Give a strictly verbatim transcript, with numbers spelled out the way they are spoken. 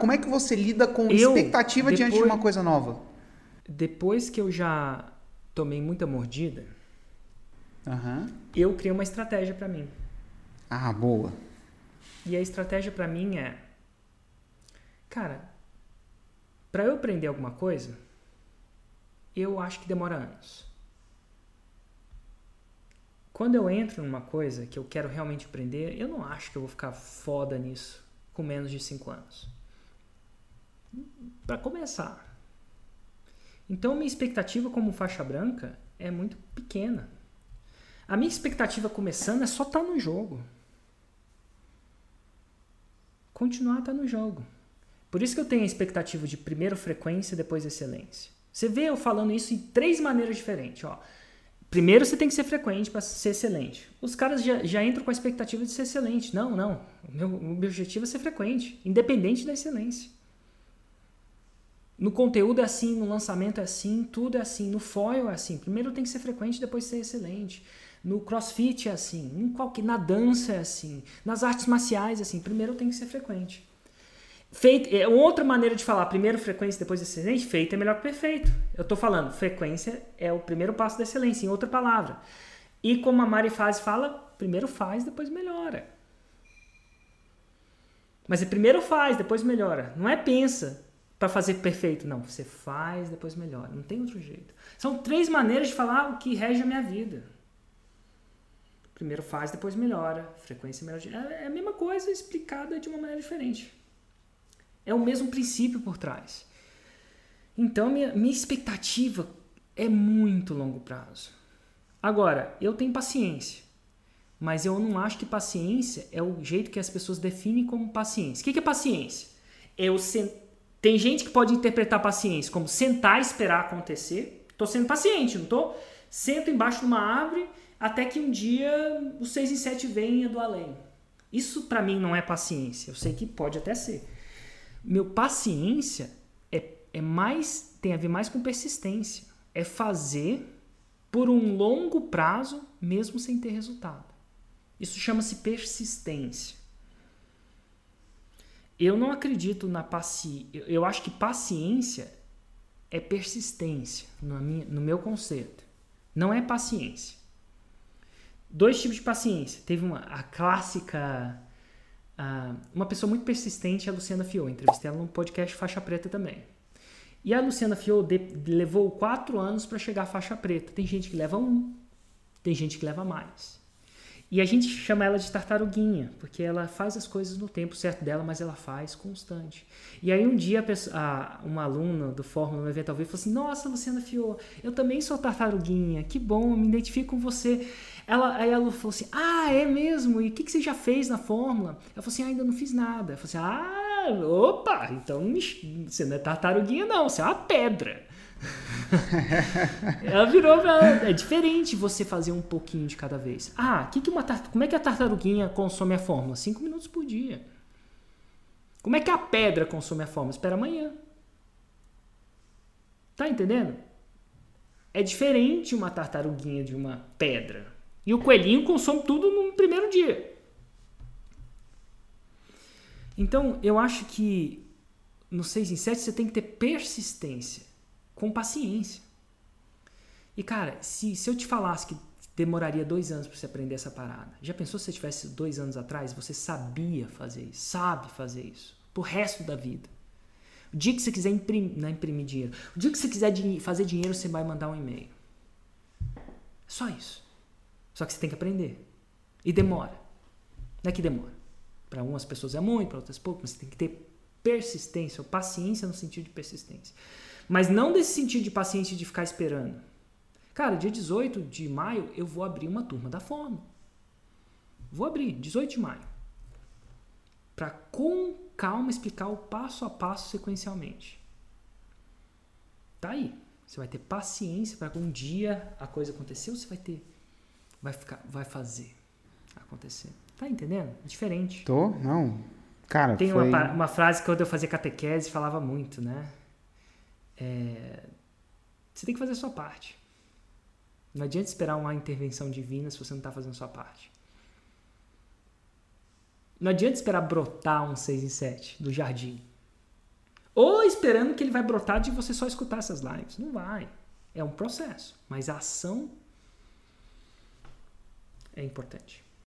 como é que você lida com Eu, expectativa depois, diante de uma coisa nova? Depois que eu já tomei muita mordida, Uhum. eu criei uma estratégia pra mim. Ah, boa. E a estratégia pra mim é... Cara, pra eu aprender alguma coisa, eu acho que demora anos. Quando eu entro numa coisa que eu quero realmente aprender, eu não acho que eu vou ficar foda nisso com menos de cinco anos. Pra começar. Então, minha expectativa como faixa branca é muito pequena. A minha expectativa começando é só estar no jogo. Continuar a estar no jogo. Por isso que eu tenho a expectativa de primeiro frequência, depois excelência. Você vê eu falando isso em três maneiras diferentes. Ó. Primeiro você tem que ser frequente para ser excelente. Os caras já, já entram com a expectativa de ser excelente. Não, não. O meu, o meu objetivo é ser frequente, independente da excelência. No conteúdo é assim, no lançamento é assim, tudo é assim. No foil é assim. Primeiro tem que ser frequente, depois ser excelente. No crossfit é assim. Em qualquer, na dança é assim. Nas artes marciais é assim. Primeiro tem que ser frequente. Feito, é outra maneira de falar primeiro frequência, depois excelente. Feito é melhor que perfeito. Eu estou falando, frequência é o primeiro passo da excelência, em outra palavra. E como a Mari Faz fala, primeiro faz, depois melhora. Mas é primeiro faz, depois melhora. Não é pensa para fazer perfeito. Não, você faz, depois melhora. Não tem outro jeito. São três maneiras de falar o que rege a minha vida. Primeiro faz, depois melhora. Frequência melhora. É a mesma coisa explicada de uma maneira diferente. É o mesmo princípio por trás. Então, minha, minha expectativa é muito longo prazo. Agora, eu tenho paciência. Mas eu não acho que paciência é o jeito que as pessoas definem como paciência. O que é paciência? Eu sen... Tem gente que pode interpretar paciência como sentar e esperar acontecer. Estou sendo paciente, não estou? Sento embaixo de uma árvore até que um dia os seis em sete venha do além. Isso para mim não é paciência. Eu sei que pode até ser. Meu paciência é, é mais, tem a ver mais com persistência. É fazer por um longo prazo, mesmo sem ter resultado. Isso chama-se persistência. Eu não acredito na paciência. Eu acho que paciência é persistência, no, minha, no meu conceito. Não é paciência. Dois tipos de paciência. Teve uma, a clássica... Uh, uma pessoa muito persistente é a Luciana Fior. Entrevistei ela no podcast Faixa Preta também. E a Luciana Fior de, levou quatro anos para chegar à faixa preta. Tem gente que leva um, tem gente que leva mais. E a gente chama ela de tartaruguinha, porque ela faz as coisas no tempo certo dela, mas ela faz constante. E aí um dia a pessoa, a, uma aluna do Fórmula no evento ao vivo falou assim: nossa, Luciana Fior, eu também sou tartaruguinha, que bom, me identifico com você. Ela, aí ela falou assim: ah, é mesmo? E o que, que você já fez na Fórmula? Ela falou assim: ah, ainda não fiz nada. Eu falei assim: ah, opa, então você não é tartaruguinha não, você é uma pedra. Ela virou pra... É diferente você fazer um pouquinho de cada vez. Ah, que que uma tart... como é que a tartaruguinha consome a fórmula? Cinco minutos por dia. Como é que a pedra consome a fórmula? Espera amanhã. Tá entendendo? É diferente uma tartaruguinha de uma pedra. E o coelhinho consome tudo no primeiro dia. Então, eu acho que no seis em sete você tem que ter persistência. Com paciência. E cara, se, se eu te falasse que demoraria dois anos para você aprender essa parada, já pensou se você tivesse dois anos atrás, você sabia fazer isso, sabe fazer isso, pro resto da vida. O dia que você quiser imprimir, não imprimir dinheiro, o dia que você quiser fazer dinheiro, você vai mandar um e-mail. É só isso. Só que você tem que aprender. E demora. Não é que demora. Para umas pessoas é muito, para outras pouco, mas você tem que ter persistência, ou paciência no sentido de persistência. Mas não desse sentido de paciência de ficar esperando. Cara, dia dezoito de maio eu vou abrir uma turma da Fórmula. Vou abrir, dezoito de maio. Para com calma explicar o passo a passo sequencialmente. Tá aí. Você vai ter paciência para que um dia a coisa acontecer, ou você vai ter, vai ficar, vai fazer acontecer. Tá entendendo? É diferente. Tô, não. Cara, tem foi... uma, uma frase que quando eu fazia catequese falava muito, né? É, você tem que fazer a sua parte. Não adianta esperar uma intervenção divina se você não está fazendo a sua parte. Não adianta esperar brotar um seis em sete do jardim. Ou esperando que ele vai brotar de você só escutar essas lives. Não vai. É um processo. Mas a ação é importante.